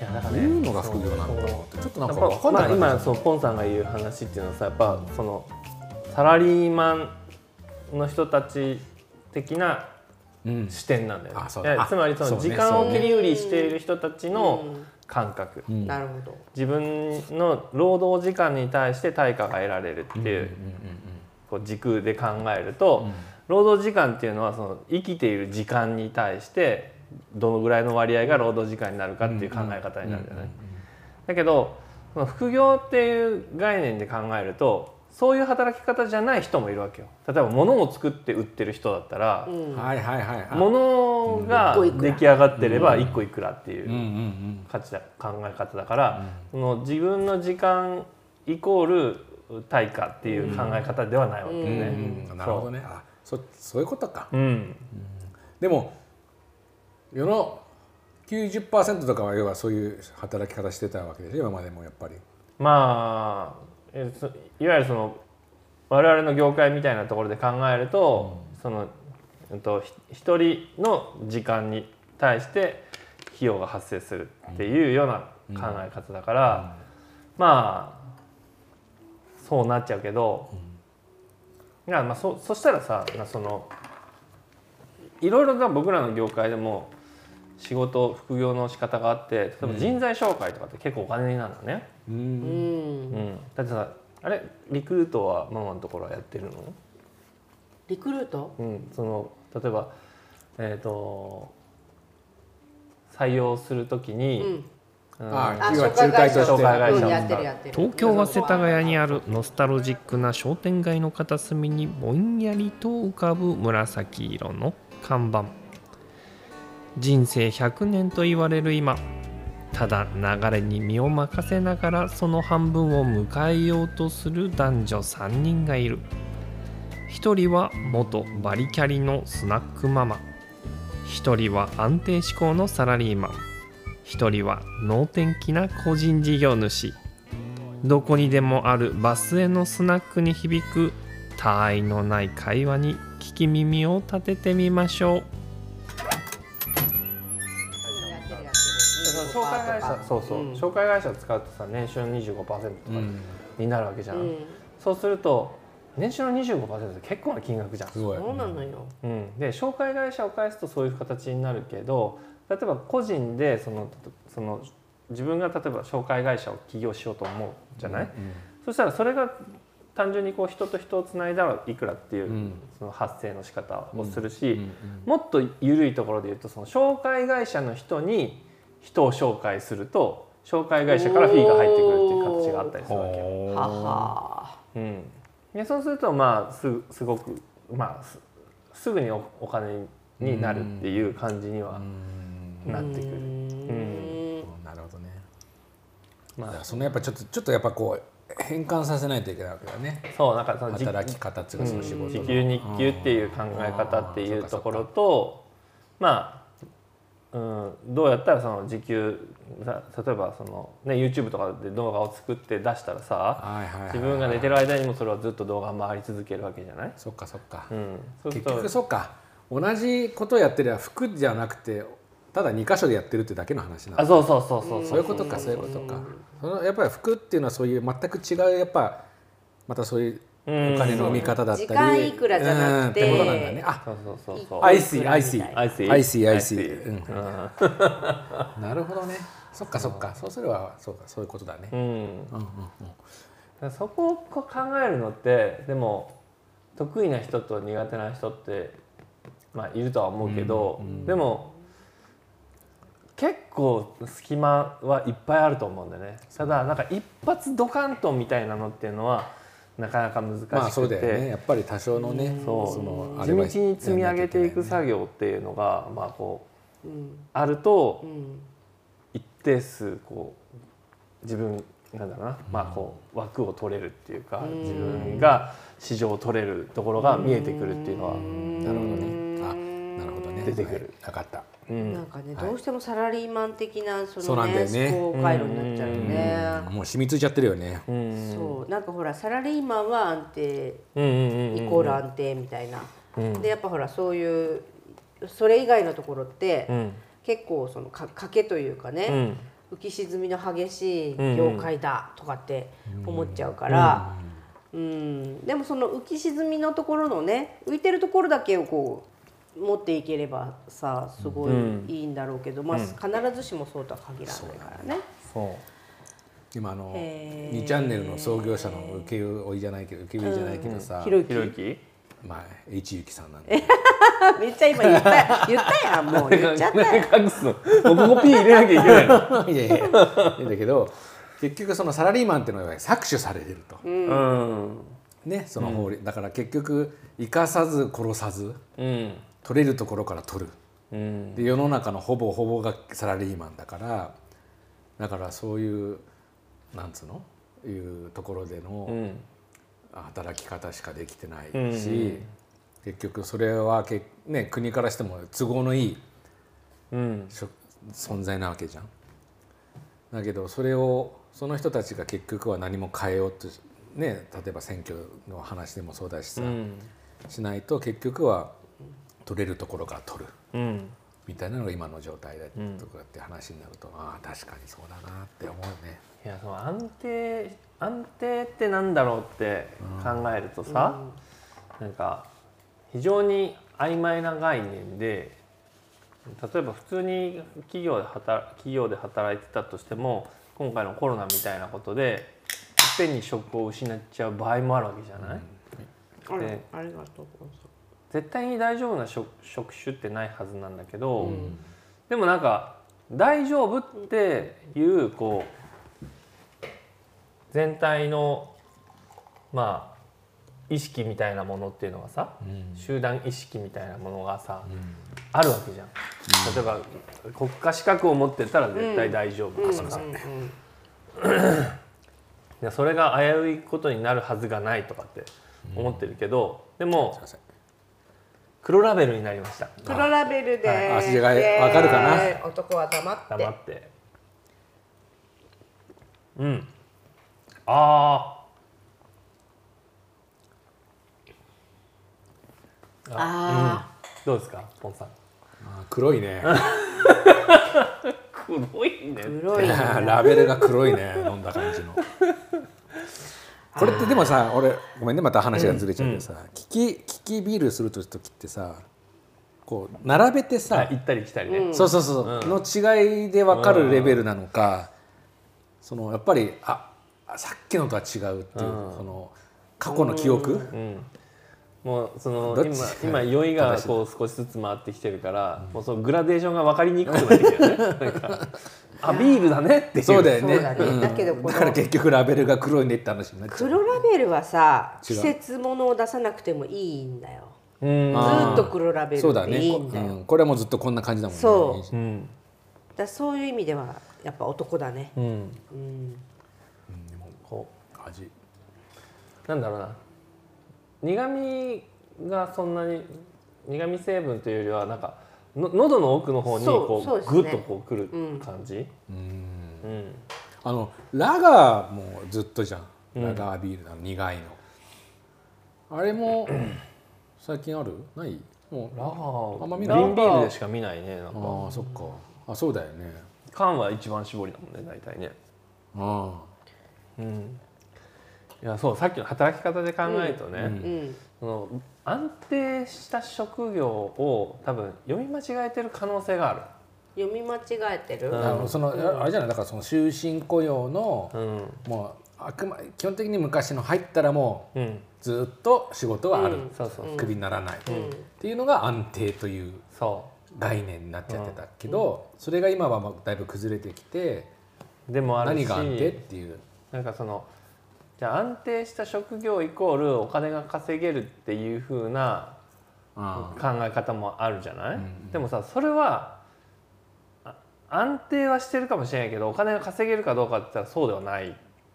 いうのが副業なのかなってちょっとなんか分かんない。 今そうポンさんが言う話っていうのはさ、やっぱそのサラリーマンの人たち的な視点なんだよね。つまりその時間を切り売りしている人たちの感覚、 なるほど。 自分の労働時間に対して対価が得られるっていうこう軸で考えると、労働時間っていうのはその生きている時間に対してどのぐらいの割合が労働時間になるかっていう考え方になるじゃない。だけどその副業っていう概念で考えるとそういう働き方じゃない人もいるわけよ。例えば物を作って売ってる人だったら、物が出来上がってれば1個いくらっていう考え方だから、その自分の時間イコール対価っていう考え方ではないわけよね。 なるほどね。そういうことか。でも世の 90% とかは要はそういう働き方してたわけでしょ、今までもやっぱり。 まあいわゆるその我々の業界みたいなところで考えると、その一人の時間に対して費用が発生するっていうような考え方だから、まあそうなっちゃうけど、いやまあそしたらさ、そのいろいろな僕らの業界でも仕事副業の仕方があって、例えば人材紹介とかって結構お金になるのね。だってさ、あれリクルートはママのところはやってるの？ リクルート？ その例えば採用するときに、 紹介会社東京は世田谷にあるノスタルジックな商店街の片隅にぼんやりと浮かぶ紫色の看板。人生100年と言われる今、ただ流れに身を任せながらその半分を迎えようとする男女3人がいる。一人は元バリキャリのスナックママ、一人は安定志向のサラリーマン、一人は能天気な個人事業主。どこにでもあるバスへのスナックに響く他愛のない会話に聞き耳を立ててみましょう。 紹介会社を使うとさ、年収の 25% とかになるわけじゃん。そうすると年収の 25% って結構な金額じゃん。 そうなのよ。 で紹介会社を返すとそういう形になるけど、例えば個人でその自分が例えば紹介会社を起業しようと思うじゃない。そしたらそれが単純にこう人と人をつないだらいくらっていうその発生の仕方をするし、もっと緩いところで言うと、その紹介会社の人に人を紹介すると紹介会社からフィーが入ってくるっていう形があったりするわけよ。でそうするとまあすごくまあすぐにお金になるっていう感じにはなってくる。 なるほどね。まあそのやっぱちょっとやっぱこう変換させないといけないわけだね。 そうなんかその働き方っていうかその仕事の時給日給っていう考え方っていうところと、まあどうやったらその時給、例えばその、ね、YouTube とかで動画を作って出したらさ、自分が寝てる間にもそれはずっと動画回り続けるわけじゃない。 そっか、結局そっか、同じことをやってりゃ服じゃなくてただ2箇所でやってるってだけの話なんだ。そういうことか。そのやっぱり服っていうのはそういう全く違う、やっぱまたそういうお金の見方だったり、 時間いくらじゃなくて、 ってことなんだね。I see。なるほどね。そっか。そうすればそういうことだね。 そこを考えるのってでも得意な人と苦手な人ってまあいるとは思うけど、でも結構隙間はいっぱいあると思うんだよね。ただなんか一発ドカンとみたいなのっていうのはなかなか難しくて、 まあそうだよね。やっぱり多少のね、 地道に積み上げていく作業っていうのがまあこうあると一定数こう自分なんだろうな、まあこう枠を取れるっていうか、自分が市場を取れるところが見えてくるっていうのはなるほどね。 出てくる。 なかった。 なんかね、どうしてもサラリーマン的なそのね思考回路になっちゃうよね。 もう染みついちゃってるよね。 そうなんかほらサラリーマンは安定イコール安定みたいな。でやっぱほらそういうそれ以外のところって結構その賭けというかね、 浮き沈みの激しい業界だとかって思っちゃうから、でもその浮き沈みのところのね、浮いてるところだけをこう持っていければさ、すごいいいんだろうけど、まあ必ずしもそうとは限らないからね。 今2チャンネルの創業者の受け売りじゃないけどさ、 ひろゆき、 まあ H ゆきさんなんでめっちゃ今言ったやん、もう言っちゃったやん。 隠すの、もうここ P 入れなきゃいけないの。 いやいいんだけど、結局そのサラリーマンっていうのは搾取されてると、ね、その法律だから結局生かさず殺さず、取れるところから取る、で世の中のほぼほぼがサラリーマンだから、だからそういうなんつうのいうところでの働き方しかできてないし、結局それはね、国からしても都合のいい存在なわけじゃん。だけどその人たちが結局は何も変えようとね、例えば選挙の話でもそうだしさ、しないと結局は取れるところから取る、みたいなのが今の状態だとかって話になると、ああ確かにそうだなって思うね。 いや、その安定ってなんだろうって考えるとさ、なんか非常に曖昧な概念で、例えば普通に企業で働いてたとしても、今回のコロナみたいなことでいっぺんに職を失っちゃう場合もあるわけじゃない。で、 ありがとう。 絶対に大丈夫な職種ってないはずなんだけど、でもなんか大丈夫っていうこう全体のまあ意識みたいなものっていうのがさ、集団意識みたいなものがさ、あるわけじゃん。例えば国家資格を持ってたら絶対大丈夫とかさ、それが危ういことになるはずがないとかって思ってるけど、でも黒ラベルになりました。 黒ラベルで、 足がわかるかな。 男は黙って。 どうですか、ポンさん。 黒いね。 黒いね。 ラベルが黒いね、飲んだ感じの。これってでもさ、俺ごめんね、また話がずれちゃってさ、利きビールする時ってさ、こう並べてさ、 行ったり来たりね、 そうの違いで分かるレベルなのか、そのやっぱりさっきのとは違うっていう、その過去の記憶、 もうその今酔いがこう少しずつ回ってきてるから、もうそのグラデーションが分かりにくくなってきてるね。なんかビールだねっていう。 そうだよね。 だけどだから結局ラベルが黒いねって話になっちゃう。 黒ラベルはさ、季節物を出さなくてもいいんだよ。ずっと黒ラベルでいいんだよ。 これはもうずっとこんな感じだもんね。 そう。だそういう意味ではやっぱ男だね。 こう味なんだろうな、苦味がそんなに苦味成分というよりはなんか喉の奥の方にこうグッとこうくる感じ。 ラガーもずっとじゃん。ラガービールの苦いの。あれも最近ある？ない？ もうラガーあんま見ない。瓶ビールでしか見ないね。なんか。 ああ、そっか。あ、そうだよね。 缶は一番搾りだもんね、大体ね。いや、そうさっきの働き方で考えるとね、その安定した職業を多分読み間違えてる可能性がある。 読み間違えてる？ そのあれじゃない、だからその終身雇用の、もう基本的に昔の入ったらもうずっと仕事がある、クビにならないっていうのが安定という概念になっちゃってたけど、それが今はだいぶ崩れてきて、 でもあるし、 何が安定っていう、 なんかそのじゃあ安定した職業イコールお金が稼げるっていう風な考え方もあるじゃない。でもさ、それは安定はしてるかもしれないけど、お金が稼げるかどうかって言ったらそうではない。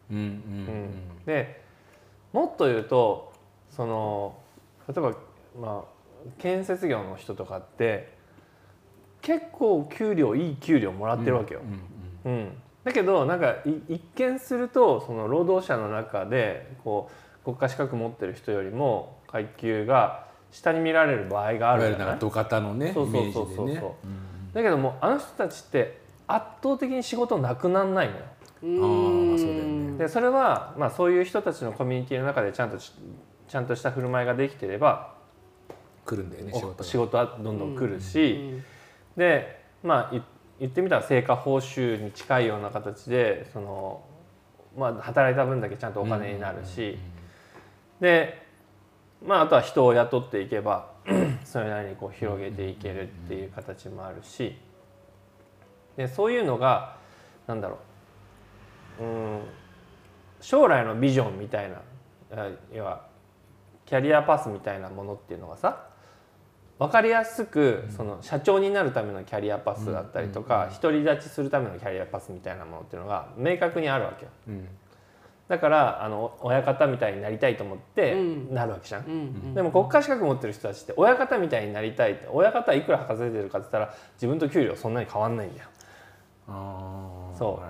でもっと言うと、その例えば建設業の人とかって結構いい給料もらってるわけよ。だけどなんか一見するとその労働者の中でこう国家資格持ってる人よりも階級が下に見られる場合があるじゃない。 土方のねイメージでね。 だけどもあの人たちって圧倒的に仕事なくなんないのよ。 そうだよね。 でそれは、まあ、そういう人たちのコミュニティの中でちゃんとした振る舞いができてれば来るんだよね、 仕事はどんどん来るし、でまあ言ってみたら成果報酬に近いような形でその、まあ、働いた分だけちゃんとお金になるし、で、まあ、あとは人を雇っていけばそれなりにこう広げていけるっていう形もあるし、でそういうのがなんだろう、将来のビジョンみたいな、要はキャリアパスみたいなものっていうのがさ、分かりやすくその社長になるためのキャリアパスだったりとか、独り立ちするためのキャリアパスみたいなものっていうのが明確にあるわけよ。だから親方みたいになりたいと思ってなるわけじゃん。でも国家資格持ってる人たちって親方みたいになりたいって、親方いくら稼いでるかって言ったら自分と給料そんなに変わんないんだよ。そう。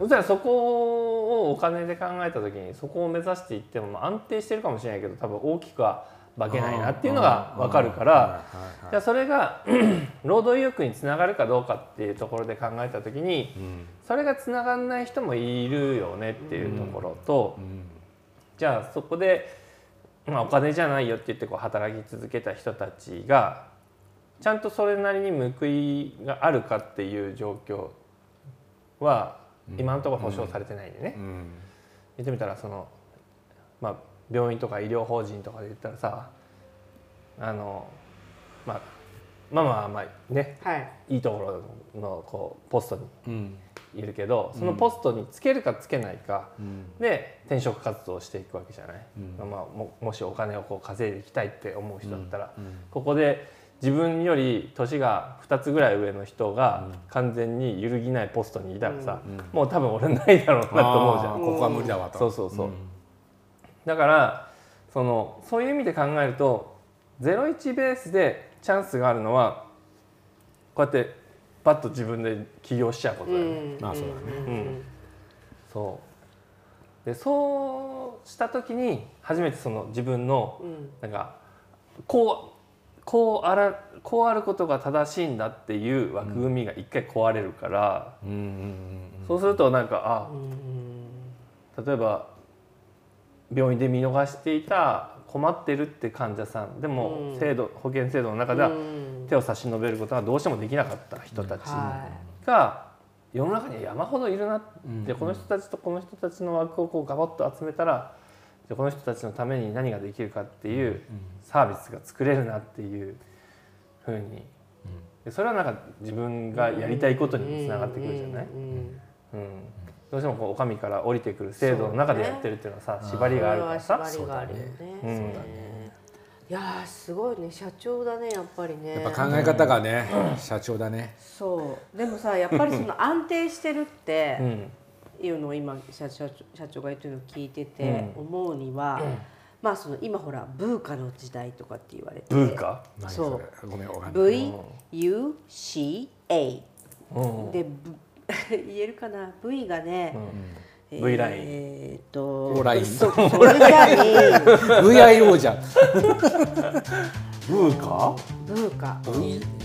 そしたらそこをお金で考えた時にそこを目指していっても安定してるかもしれないけど多分大きくは化けないなっていうのが分かるから、じゃあそれが労働意欲につながるかどうかっていうところで考えた時に、それがつながんない人もいるよねっていうところと、じゃあそこで、まあ、お金じゃないよって言ってこう働き続けた人たちがちゃんとそれなりに報いがあるかっていう状況は今のところ保証されてないんでね。言ってみたらその、まあ病院とか医療法人とかで言ったらさ、まあね、いいところのこうポストにいるけど、そのポストにつけるかつけないかで転職活動をしていくわけじゃない。まあ、もしお金をこう稼いでいきたいって思う人だったら、ここで自分より年が2つぐらい上の人が完全に揺るぎないポストにいたらさ、もう多分俺ないだろうなと思うじゃん。 ここは無理だわと。 そうだからそういう意味で考えると01ベースでチャンスがあるのはこうやってパッと自分で起業しちゃうことだよね。 まあそうだね。 そうで、そうした時に初めてその自分のなんかこうあることが正しいんだっていう枠組みが一回壊れるから、そうするとなんか例えば病院で見逃していた困ってるって患者さんでも保険制度の中では手を差し伸べることがどうしてもできなかった人たちが世の中には山ほどいるなって、この人たちとこの人たちの枠をこうガバッと集めたらこの人たちのために何ができるかっていうサービスが作れるなっていうふうに、それはなんか自分がやりたいことにつながってくるじゃない。どうしてもこうお上から降りてくる制度の中でやってるっていうのはさ、縛りがあるからさ。 縛りがあるよね。いやすごいね、社長だねやっぱりね。 やっぱ考え方がね、社長だね。 そうでもさ、やっぱりその安定してるっていうのを今社長が言ってるのを聞いてて思うには、まあその今ほらブーカの時代とかって言われて。 ブーカ？ そう。 ごめんわかんない。 VUCA で言えるかな、V がね。 V ライン。 O ライン。 それじゃねえ。 VIO じゃん。 ブーカ？ ブーカ。